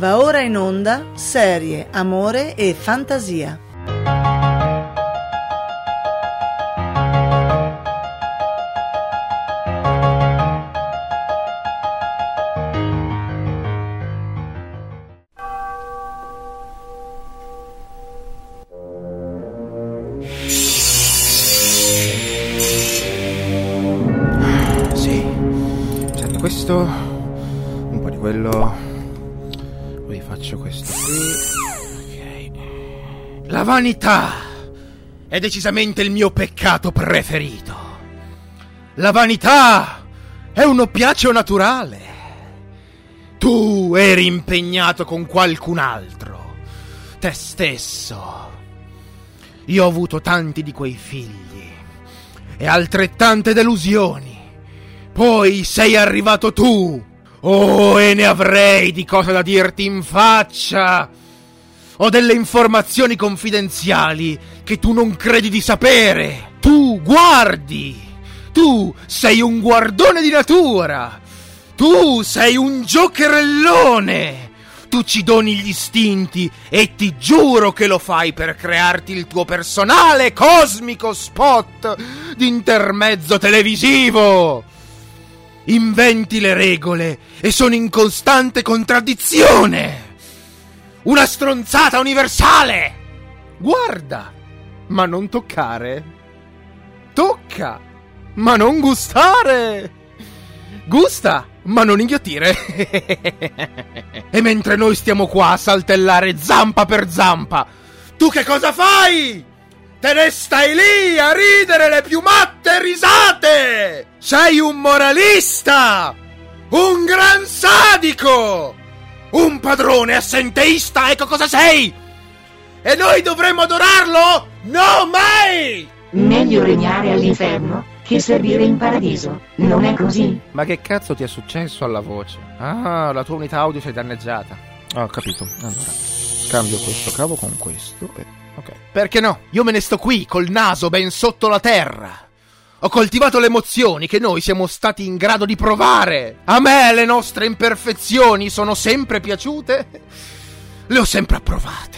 Va ora in onda Serie, Amore e Fantasia. Sì, serve questo, un po' di quello. Poi faccio questo qui. Ok. La vanità è decisamente il mio peccato preferito. La vanità è un oppiaceo naturale. Tu eri impegnato con qualcun altro, te stesso. Io ho avuto tanti di quei figli e altrettante delusioni. Poi sei arrivato tu. Oh, e ne avrei di cosa da dirti in faccia. Ho delle informazioni confidenziali che tu non credi di sapere. Tu guardi. Tu sei un guardone di natura. Tu sei un giocherellone. Tu ci doni gli istinti e ti giuro che lo fai per crearti il tuo personale cosmico spot di intermezzo televisivo. Inventi le regole e sono in costante contraddizione. Una stronzata universale. Guarda, ma non toccare. Tocca, ma non gustare. Gusta, ma non inghiottire. E mentre noi stiamo qua a saltellare zampa per zampa, tu che cosa fai? Te ne stai lì a ridere le più matte risate! Sei un moralista! Un gran sadico! Un padrone assenteista, ecco cosa sei! E noi dovremmo adorarlo? No, mai! Meglio regnare all'inferno che servire in paradiso, non è così? Ma che cazzo ti è successo alla voce? Ah, la tua unità audio si è danneggiata. Ho capito, allora cambio questo cavo con questo e... ok. Perché no? Io me ne sto qui, col naso ben sotto la terra. Ho coltivato le emozioni che noi siamo stati in grado di provare. A me le nostre imperfezioni sono sempre piaciute. Le ho sempre approvate.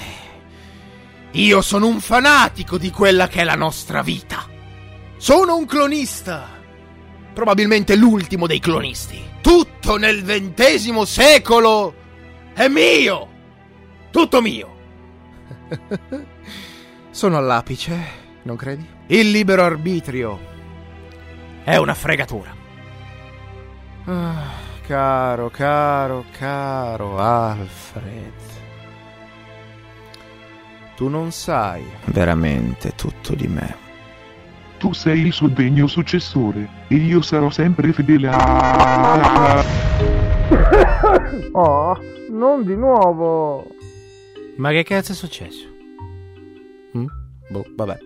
Io sono un fanatico di quella che è la nostra vita. Sono un clonista. Probabilmente l'ultimo dei clonisti. Tutto nel XX secolo è mio. Tutto mio. Sono all'apice, non credi? Il libero arbitrio è una fregatura. Caro Alfred, tu non sai veramente tutto di me. Tu sei il suo degno successore e io sarò sempre fedele a... Oh, non di nuovo. Ma che cazzo è successo? Boh, vabbè.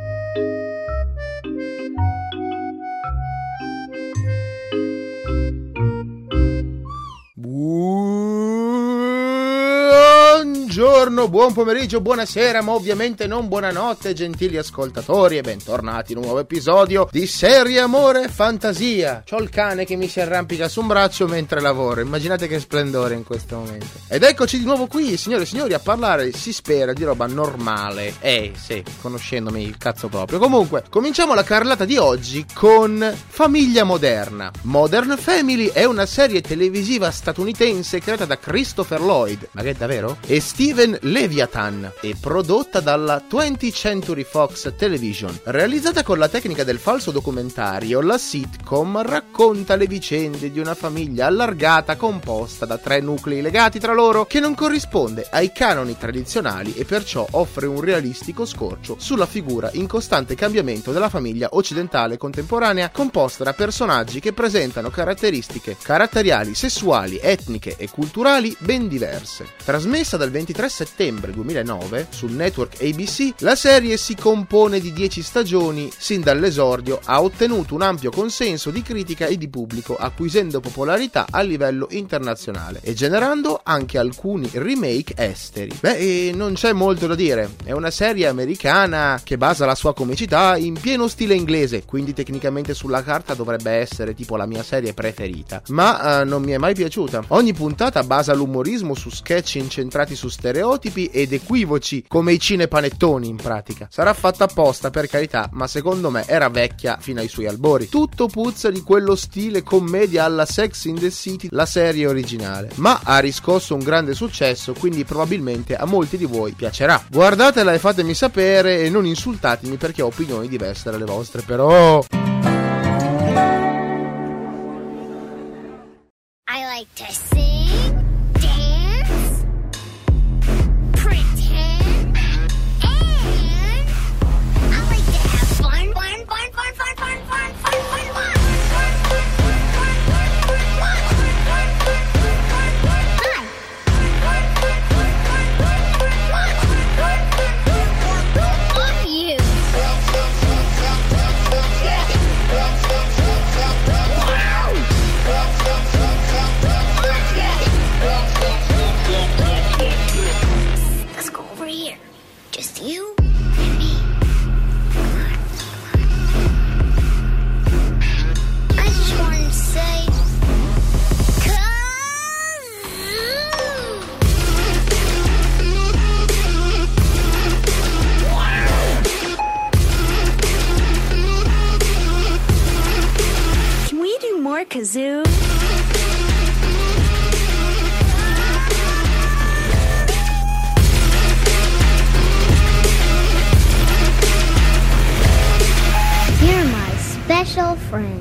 Buongiorno, buon pomeriggio, buonasera, ma ovviamente non buonanotte, gentili ascoltatori, e bentornati in un nuovo episodio di Serie, Amore e Fantasia. C'ho il cane che mi si arrampica su un braccio mentre lavoro, immaginate che splendore in questo momento. Ed eccoci di nuovo qui, signore e signori, a parlare, si spera, di roba normale. Sì, conoscendomi il cazzo proprio. Comunque, cominciamo la carrellata di oggi con Famiglia Moderna. Modern Family è una serie televisiva statunitense creata da Christopher Lloyd, ma che davvero? E Steven Leviathan, e prodotta dalla 20th Century Fox Television. Realizzata con la tecnica del falso documentario, la sitcom racconta le vicende di una famiglia allargata composta da 3 nuclei legati tra loro, che non corrisponde ai canoni tradizionali e perciò offre un realistico scorcio sulla figura in costante cambiamento della famiglia occidentale contemporanea, composta da personaggi che presentano caratteristiche caratteriali, sessuali, etniche e culturali ben diverse. Trasmessa dal 23 settembre 2009 sul network ABC, la serie si compone di 10 stagioni. Sin dall'esordio ha ottenuto un ampio consenso di critica e di pubblico, acquisendo popolarità a livello internazionale e generando anche alcuni remake esteri. Non c'è molto da dire, è una serie americana che basa la sua comicità in pieno stile inglese, quindi tecnicamente sulla carta dovrebbe essere tipo la mia serie preferita, ma non mi è mai piaciuta. Ogni puntata basa l'umorismo su sketch incentrati su stereotipi ed equivoci, come i cinepanettoni in pratica. Sarà fatta apposta, per carità, ma secondo me era vecchia fino ai suoi albori. Tutto puzza di quello stile commedia alla Sex in the City, la serie originale, ma ha riscosso un grande successo, quindi probabilmente a molti di voi piacerà. Guardatela e fatemi sapere, e non insultatemi perché ho opinioni diverse dalle vostre, però... I like to sing, dance, pretend, and I like to have fun. Let's go over here. Just you and me. Come on. I just wanted to say, Can we do more kazoo? you're my special friend.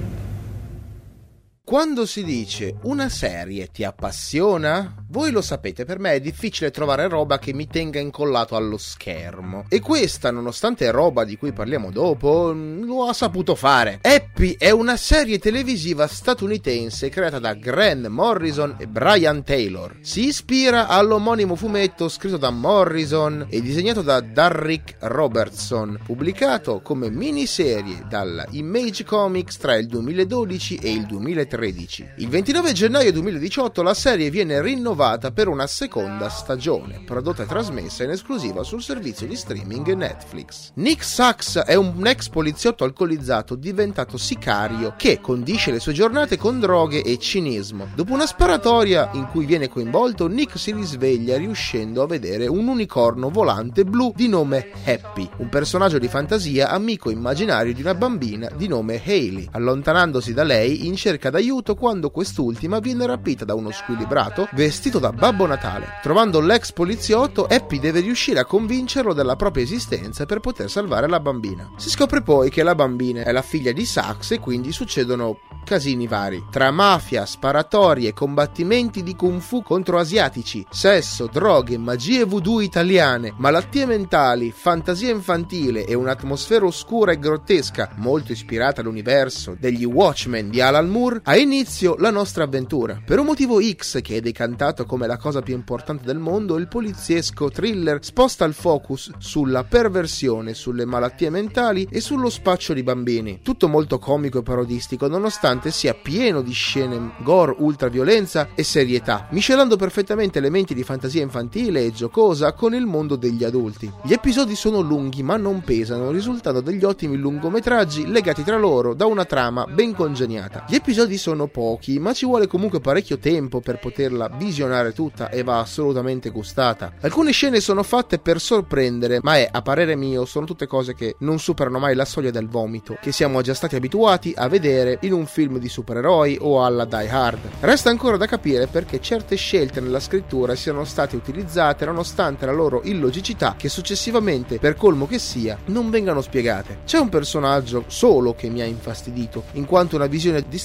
Quando si dice una serie ti appassiona, voi lo sapete, per me è difficile trovare roba che mi tenga incollato allo schermo. E questa, nonostante roba di cui parliamo dopo, lo ha saputo fare. Happy è una serie televisiva statunitense creata da Grant Morrison e Brian Taylor. Si ispira all'omonimo fumetto scritto da Morrison e disegnato da Darrick Robertson, pubblicato come miniserie dalla Image Comics tra il 2012 e il 2013. Il 29 gennaio 2018 la serie viene rinnovata per una seconda stagione, prodotta e trasmessa in esclusiva sul servizio di streaming Netflix. Nick Sachs è un ex poliziotto alcolizzato diventato sicario che condisce le sue giornate con droghe e cinismo. Dopo una sparatoria in cui viene coinvolto, Nick si risveglia riuscendo a vedere un unicorno volante blu di nome Happy, un personaggio di fantasia amico immaginario di una bambina di nome Hailey, allontanandosi da lei in cerca d'aiuto quando quest'ultima viene rapita da uno squilibrato vestito da Babbo Natale. Trovando l'ex poliziotto, Happy deve riuscire a convincerlo della propria esistenza per poter salvare la bambina. Si scopre poi che la bambina è la figlia di Sachs e quindi succedono casini vari. Tra mafia, sparatorie, combattimenti di kung fu contro asiatici, sesso, droghe, magie voodoo italiane, malattie mentali, fantasia infantile e un'atmosfera oscura e grottesca, molto ispirata all'universo degli Watchmen di Alan Moore, ha inizio la nostra avventura. Per un motivo X che è decantato come la cosa più importante del mondo, il poliziesco thriller sposta il focus sulla perversione, sulle malattie mentali e sullo spaccio di bambini. Tutto molto comico e parodistico, nonostante sia pieno di scene gore, ultraviolenza e serietà, miscelando perfettamente elementi di fantasia infantile e giocosa con il mondo degli adulti. Gli episodi sono lunghi ma non pesano, risultando degli ottimi lungometraggi legati tra loro da una trama ben congegnata. Gli episodi sono pochi, ma ci vuole comunque parecchio tempo per poterla visionare tutta e va assolutamente gustata. Alcune scene sono fatte per sorprendere, ma a parere mio sono tutte cose che non superano mai la soglia del vomito, che siamo già stati abituati a vedere in un film di supereroi o alla Die Hard. Resta ancora da capire perché certe scelte nella scrittura siano state utilizzate nonostante la loro illogicità, che successivamente, per colmo che sia, non vengano spiegate. C'è un personaggio solo che mi ha infastidito, in quanto una visione distorta,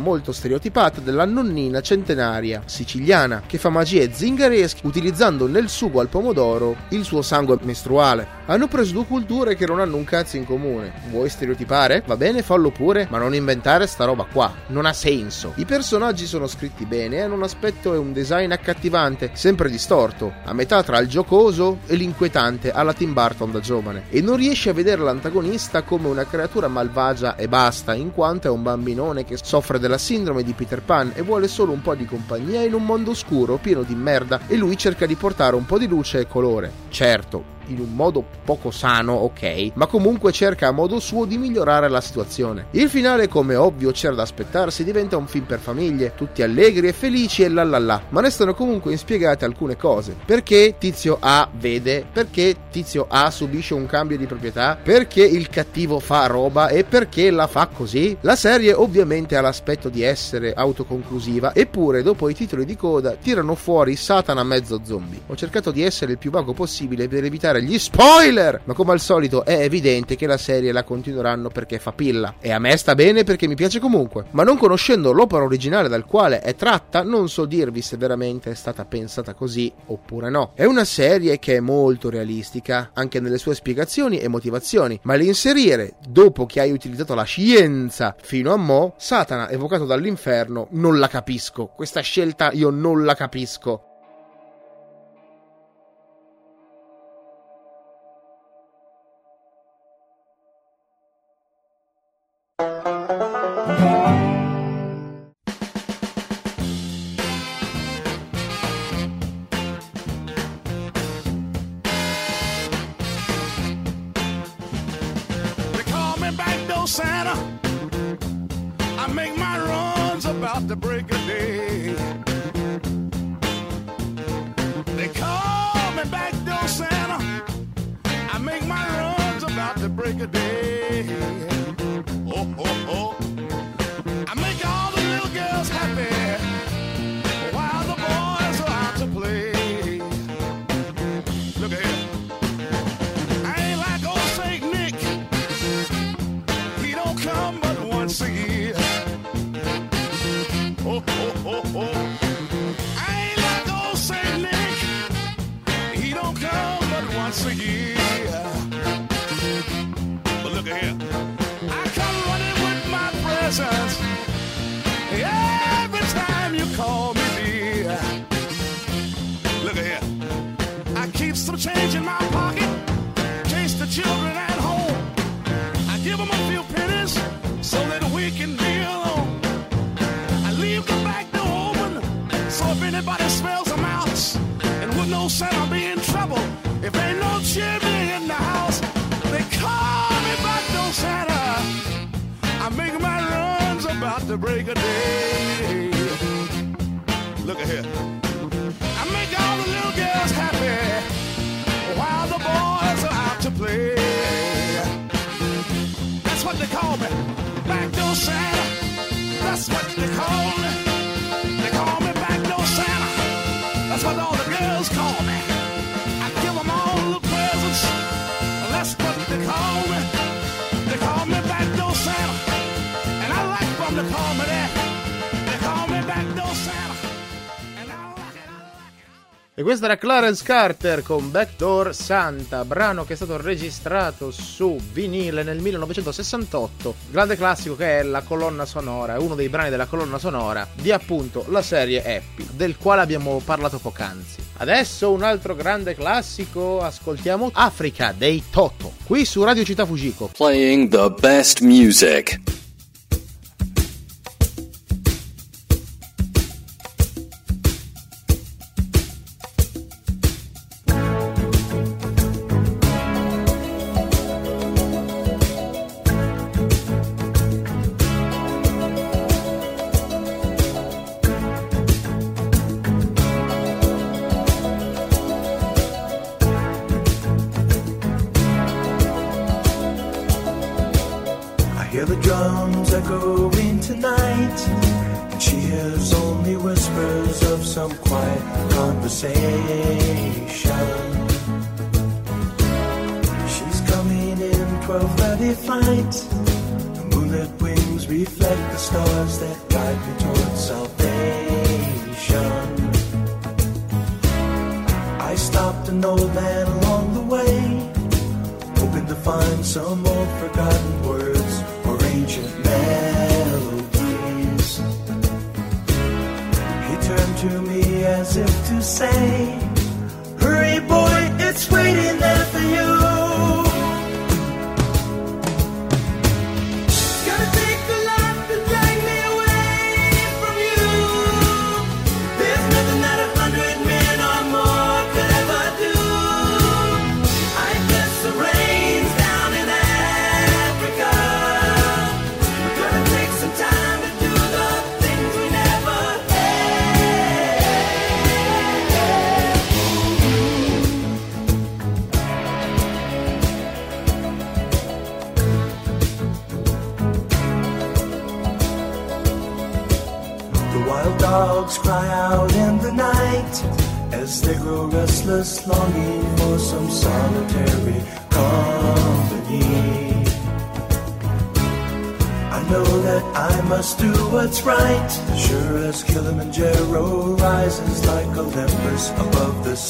molto stereotipata della nonnina centenaria siciliana che fa magie zingaresche utilizzando nel sugo al pomodoro il suo sangue mestruale. Hanno preso due culture che non hanno un cazzo in comune. Vuoi stereotipare? Va bene, fallo pure, ma non inventare sta roba qua, non ha senso. I personaggi sono scritti bene, hanno un aspetto e un design accattivante, sempre distorto, a metà tra il giocoso e l'inquietante alla Tim Burton da giovane, e non riesci a vedere l'antagonista come una creatura malvagia e basta, in quanto è un bambinone che soffre della sindrome di Peter Pan e vuole solo un po' di compagnia in un mondo oscuro pieno di merda, e lui cerca di portare un po' di luce e colore. Certo, in un modo poco sano, ok, ma comunque cerca a modo suo di migliorare la situazione. Il finale, come ovvio c'era da aspettarsi, diventa un film per famiglie, tutti allegri e felici e lalala, ma restano comunque inspiegate alcune cose. Perché Tizio A vede? Perché Tizio A subisce un cambio di proprietà? Perché il cattivo fa roba e perché la fa così? La serie ovviamente ha l'aspetto di essere autoconclusiva, eppure dopo i titoli di coda tirano fuori Satana mezzo zombie. Ho cercato di essere il più vago possibile per evitare gli spoiler, ma come al solito è evidente che la serie la continueranno perché fa pilla, e a me sta bene perché mi piace comunque, ma non conoscendo l'opera originale dal quale è tratta non so dirvi se veramente è stata pensata così oppure no. È una serie che è molto realistica anche nelle sue spiegazioni e motivazioni, ma l'inserire dopo che hai utilizzato la scienza fino a mo' Satana evocato dall'inferno non la capisco, questa scelta io non la capisco. Santa, I make my runs about the break of day. They call me back door Santa, I make my runs about the break of day. Oh, oh, oh, I make all the little girls happy while the boys are out to play. Look at here, I ain't like old Saint Nick, come but once a year. Oh, oh, oh, oh, I ain't like old Saint Nick, he don't come but once a year. But look at here, I come running with my presents every time you call me dear. Look at here, I keep some change in my pocket in case the children at home, I give them a few pennies so that we can be alone. I leave the back door open so if anybody smells a mouse, and with no scent I'll be in trouble. If ain't no chimney in the house, they call me back door Santa. I make my runs about the break of day. Look at here, I make all the little girls happy while the boys are out to play. That's what they call me, backdoor Santa. That's what they call me. They call me backdoor Santa. That's what all the girls call me. I give them all the presents. That's what they call me. They call me backdoor Santa. And I like them to call me that. They call me backdoor Santa. And I like it, I like it. E questa era Clarence Carter con Backdoor Santa, brano che è stato registrato su vinile nel 1968, grande classico che è la colonna sonora, è uno dei brani della colonna sonora di appunto la serie Happy, del quale abbiamo parlato poc'anzi. Adesso un altro grande classico, ascoltiamo Africa dei Toto, qui su Radio Città Fujiko. Playing the best music. Hear the drums echoing tonight, and she hears only whispers of some quiet conversation. She's coming in 12:30 flight, the moon moonlit wings reflect the stars that guide me towards salvation. I stopped an old man along the way, hoping to find some old forgotten words or ancient melodies. He turned to me as if to say, hurry boy, it's waiting there for you. Dogs cry out in the night as they grow restless, longing for some solitary company. I know that I must do what's right, sure as Kilimanjaro rises like Olympus above the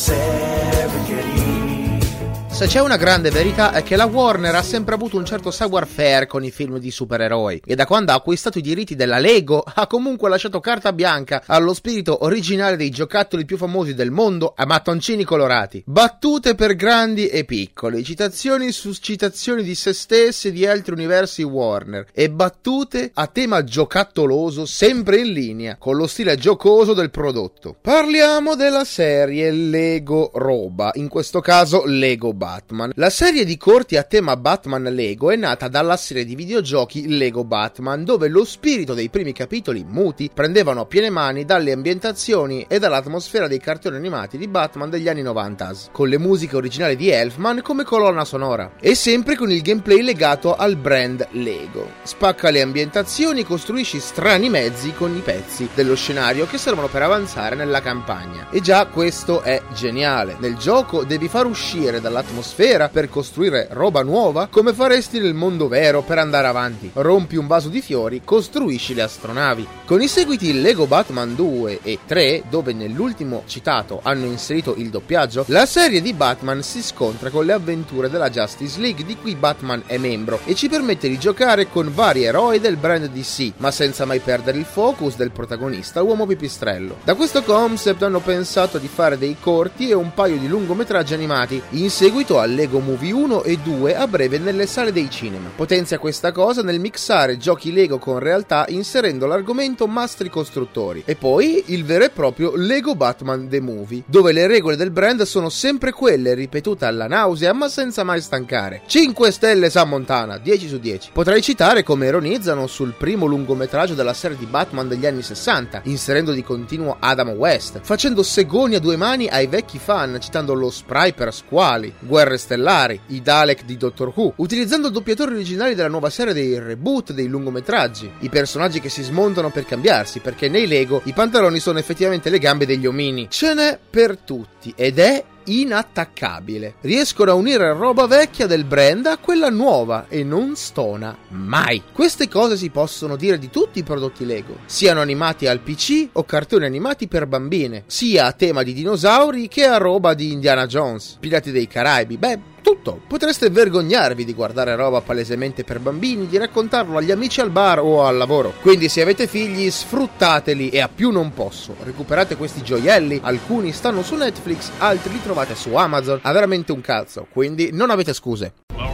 Serengeti. Se c'è una grande verità è che la Warner ha sempre avuto un certo savoir-faire con i film di supereroi e da quando ha acquistato i diritti della Lego ha comunque lasciato carta bianca allo spirito originale dei giocattoli più famosi del mondo a mattoncini colorati. Battute per grandi e piccoli, citazioni su citazioni di se stessi e di altri universi Warner e battute a tema giocattoloso sempre in linea con lo stile giocoso del prodotto. Parliamo della serie Lego Roba, in questo caso Lego Batman. La serie di corti a tema Batman Lego è nata dalla serie di videogiochi Lego Batman, dove lo spirito dei primi capitoli muti prendevano a piene mani dalle ambientazioni e dall'atmosfera dei cartoni animati di Batman degli anni 90, con le musiche originali di Elfman come colonna sonora, e sempre con il gameplay legato al brand Lego. Spacca le ambientazioni e costruisci strani mezzi con i pezzi dello scenario che servono per avanzare nella campagna. E già questo è geniale. Nel gioco devi far uscire dall'atmosfera per costruire roba nuova come faresti nel mondo vero per andare avanti. Rompi un vaso di fiori, costruisci le astronavi. Con i seguiti Lego Batman 2 e 3, dove nell'ultimo citato hanno inserito il doppiaggio, la serie di Batman si scontra con le avventure della Justice League di cui Batman è membro e ci permette di giocare con vari eroi del brand DC, ma senza mai perdere il focus del protagonista uomo pipistrello. Da questo concept hanno pensato di fare dei corti e un paio di lungometraggi animati, in seguito a Lego Movie 1 e 2 a breve nelle sale dei cinema. Potenzia questa cosa nel mixare giochi Lego con realtà inserendo l'argomento mastri costruttori e poi il vero e proprio Lego Batman The Movie, dove le regole del brand sono sempre quelle ripetute alla nausea ma senza mai stancare. 5 stelle Sam Montana, 10 su 10. Potrei citare come ironizzano sul primo lungometraggio della serie di Batman degli anni 60, inserendo di continuo Adam West, facendo segoni a due mani ai vecchi fan, citando lo spray per squali, Guerre Stellari, i Dalek di Doctor Who, utilizzando doppiatori originali della nuova serie dei reboot dei lungometraggi, i personaggi che si smontano per cambiarsi, perché nei Lego i pantaloni sono effettivamente le gambe degli omini. Ce n'è per tutti ed è inattaccabile. Riescono a unire roba vecchia del brand a quella nuova e non stona mai. Queste cose si possono dire di tutti i prodotti Lego, siano animati al PC o cartoni animati per bambine, sia a tema di dinosauri che a roba di Indiana Jones, Pirati dei Caraibi, tutto. Potreste vergognarvi di guardare roba palesemente per bambini, di raccontarlo agli amici al bar o al lavoro. Quindi se avete figli sfruttateli e a più non posso. Recuperate questi gioielli, alcuni stanno su Netflix, altri li trovate su Amazon, ha veramente un cazzo, quindi non avete scuse.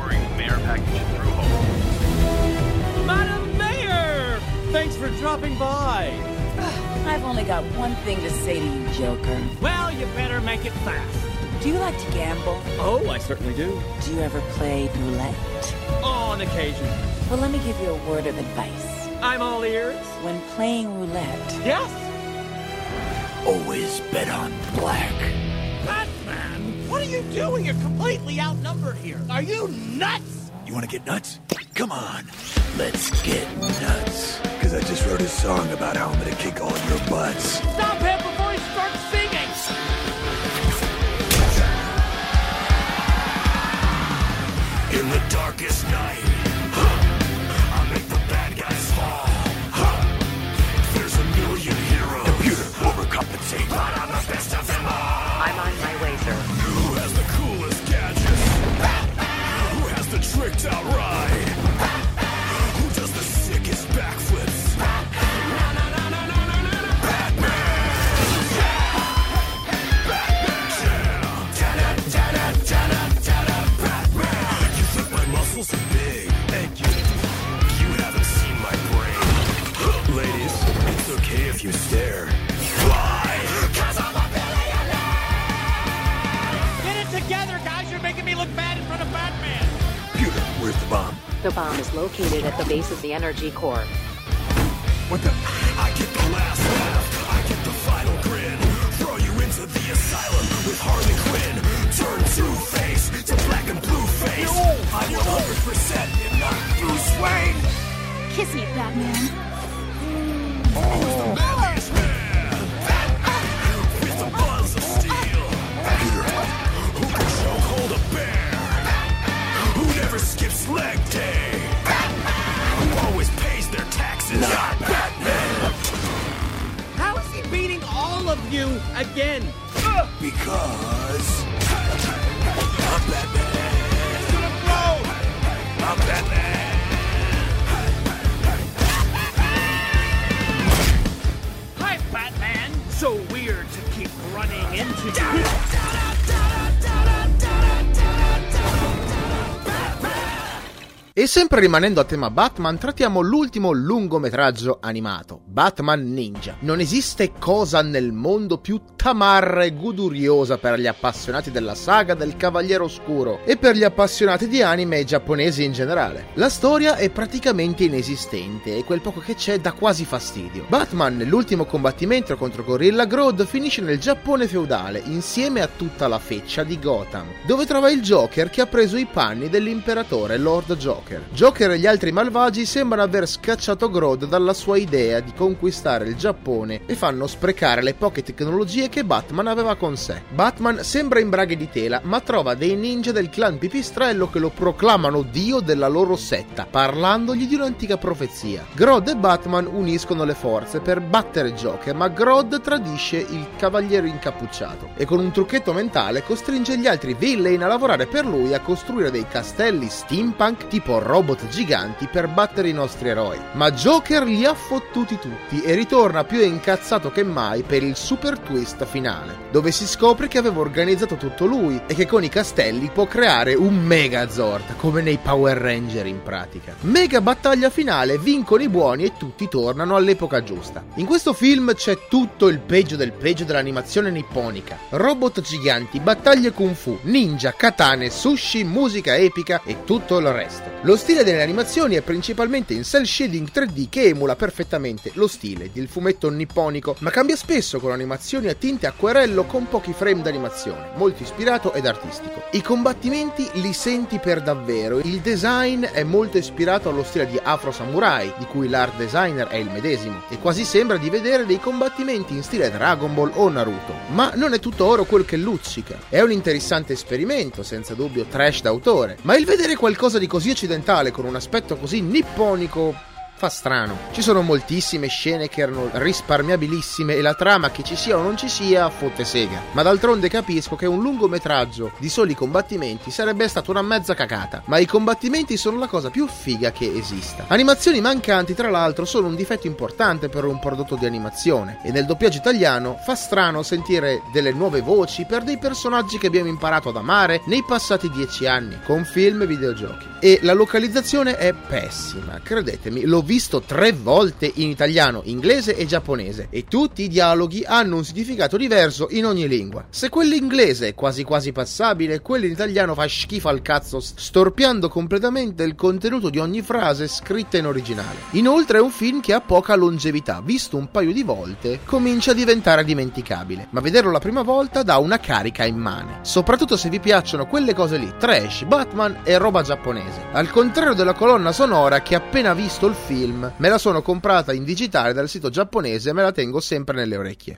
Madam Mayor! Thanks for dropping by. I've only got one thing to say to you, Joker. Well, you better make it fast. Do you like to gamble? Oh, I certainly do. Do you ever play roulette? On occasion. Well, let me give you a word of advice. I'm all ears. When playing roulette... Yes? Always bet on black. Batman, what are you doing? You're completely outnumbered here. Are you nuts? You want to get nuts? Come on, let's get nuts. Because I just wrote a song about how I'm going to kick all your butts. Stop him before he starts singing! In the darkest night, I make the bad if you stare. Why? 'Cause I'm a billionaire! Get it together, guys! You're making me look bad in front of Batman! Computer, where's the bomb? The bomb is located at the base of the energy core. What the? I get the last laugh, I get the final grin. Throw you into the asylum with Harley Quinn. Turn Two-Face to black and blue face. I'm 100% and not Bruce Wayne. Kiss me, Batman. Who's the manliest man? With the buzz of steel. Who can chokehold a bear? Who never skips leg day? Who always pays their taxes? Not Batman. How is he beating all of you again? Because I'm Batman. It's gonna blow. I'm Batman. Hi, Batman! So weird to keep running into you. E sempre rimanendo a tema Batman, trattiamo l'ultimo lungometraggio animato, Batman Ninja. Non esiste cosa nel mondo più tamarra e goduriosa per gli appassionati della saga del Cavaliere Oscuro e per gli appassionati di anime giapponesi in generale. La storia è praticamente inesistente e quel poco che c'è dà quasi fastidio. Batman, nell'ultimo combattimento contro Gorilla Grodd, finisce nel Giappone feudale insieme a tutta la feccia di Gotham, dove trova il Joker che ha preso i panni dell'imperatore Lord Joker. Joker e gli altri malvagi sembrano aver scacciato Grodd dalla sua idea di conquistare il Giappone e fanno sprecare le poche tecnologie che Batman aveva con sé. Batman sembra in braghe di tela, ma trova dei ninja del clan Pipistrello che lo proclamano dio della loro setta, parlandogli di un'antica profezia. Grodd e Batman uniscono le forze per battere Joker, ma Grodd tradisce il cavaliere incappucciato e con un trucchetto mentale costringe gli altri villain a lavorare per lui, a costruire dei castelli steampunk tipo robot giganti per battere i nostri eroi. Ma Joker li ha fottuti tutti e ritorna più incazzato che mai per il super twist finale, dove si scopre che aveva organizzato tutto lui e che con i castelli può creare un Megazord, come nei Power Ranger in pratica. Mega battaglia finale, vincono i buoni e tutti tornano all'epoca giusta. In questo film c'è tutto il peggio del peggio dell'animazione nipponica: robot giganti, battaglie kung fu, ninja, katane, sushi, musica epica e tutto il resto. Lo stile delle animazioni è principalmente in cel shading 3D che emula perfettamente lo stile del fumetto nipponico, ma cambia spesso con animazioni a tinte acquerello con pochi frame d'animazione, molto ispirato ed artistico. I combattimenti li senti per davvero, il design è molto ispirato allo stile di Afro Samurai, di cui l'art designer è il medesimo, e quasi sembra di vedere dei combattimenti in stile Dragon Ball o Naruto. Ma non è tutto oro quel che luccica. È un interessante esperimento, senza dubbio trash d'autore, ma il vedere qualcosa di così occidentale con un aspetto così nipponico fa strano. Ci sono moltissime scene che erano risparmiabilissime e la trama, che ci sia o non ci sia, fotte sega. Ma d'altronde capisco che un lungometraggio di soli combattimenti sarebbe stata una mezza cacata. Ma i combattimenti sono la cosa più figa che esista. Animazioni mancanti, tra l'altro, sono un difetto importante per un prodotto di animazione. E nel doppiaggio italiano fa strano sentire delle nuove voci per dei personaggi che abbiamo imparato ad amare nei passati 10 anni, con film e videogiochi. E la localizzazione è pessima, credetemi, l'ho visto 3 volte in italiano, inglese e giapponese, e tutti i dialoghi hanno un significato diverso in ogni lingua. Se quello inglese è quasi quasi passabile, quello in italiano fa schifo al cazzo, storpiando completamente il contenuto di ogni frase scritta in originale. Inoltre è un film che ha poca longevità, visto un paio di volte comincia a diventare dimenticabile, ma vederlo la prima volta dà una carica immane, soprattutto se vi piacciono quelle cose lì, trash, Batman e roba giapponese. Al contrario della colonna sonora, che appena visto il film me la sono comprata in digitale dal sito giapponese e me la tengo sempre nelle orecchie.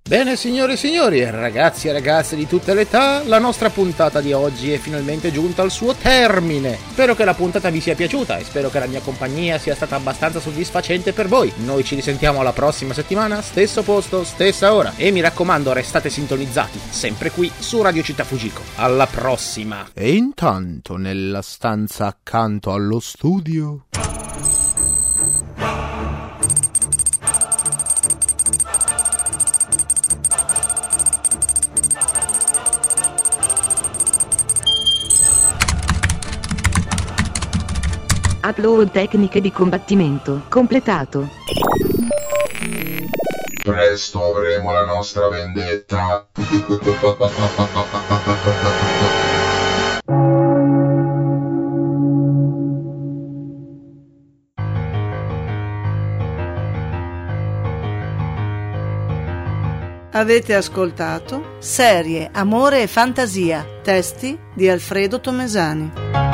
Bene signore e signori, ragazzi e ragazze di tutte le età, la nostra puntata di oggi è finalmente giunta al suo termine. Spero che la puntata vi sia piaciuta e spero che la mia compagnia sia stata abbastanza soddisfacente per voi. Noi ci risentiamo la prossima settimana, stesso posto, stessa ora. E mi raccomando, restate sintonizzati, sempre qui su Radio Città Fujiko. Alla prossima! E intanto, nella stanza accanto allo studio... Upload tecniche di combattimento completato. Presto avremo la nostra vendetta. Avete ascoltato Serie, Amore e Fantasia, testi di Alfredo Tomesani.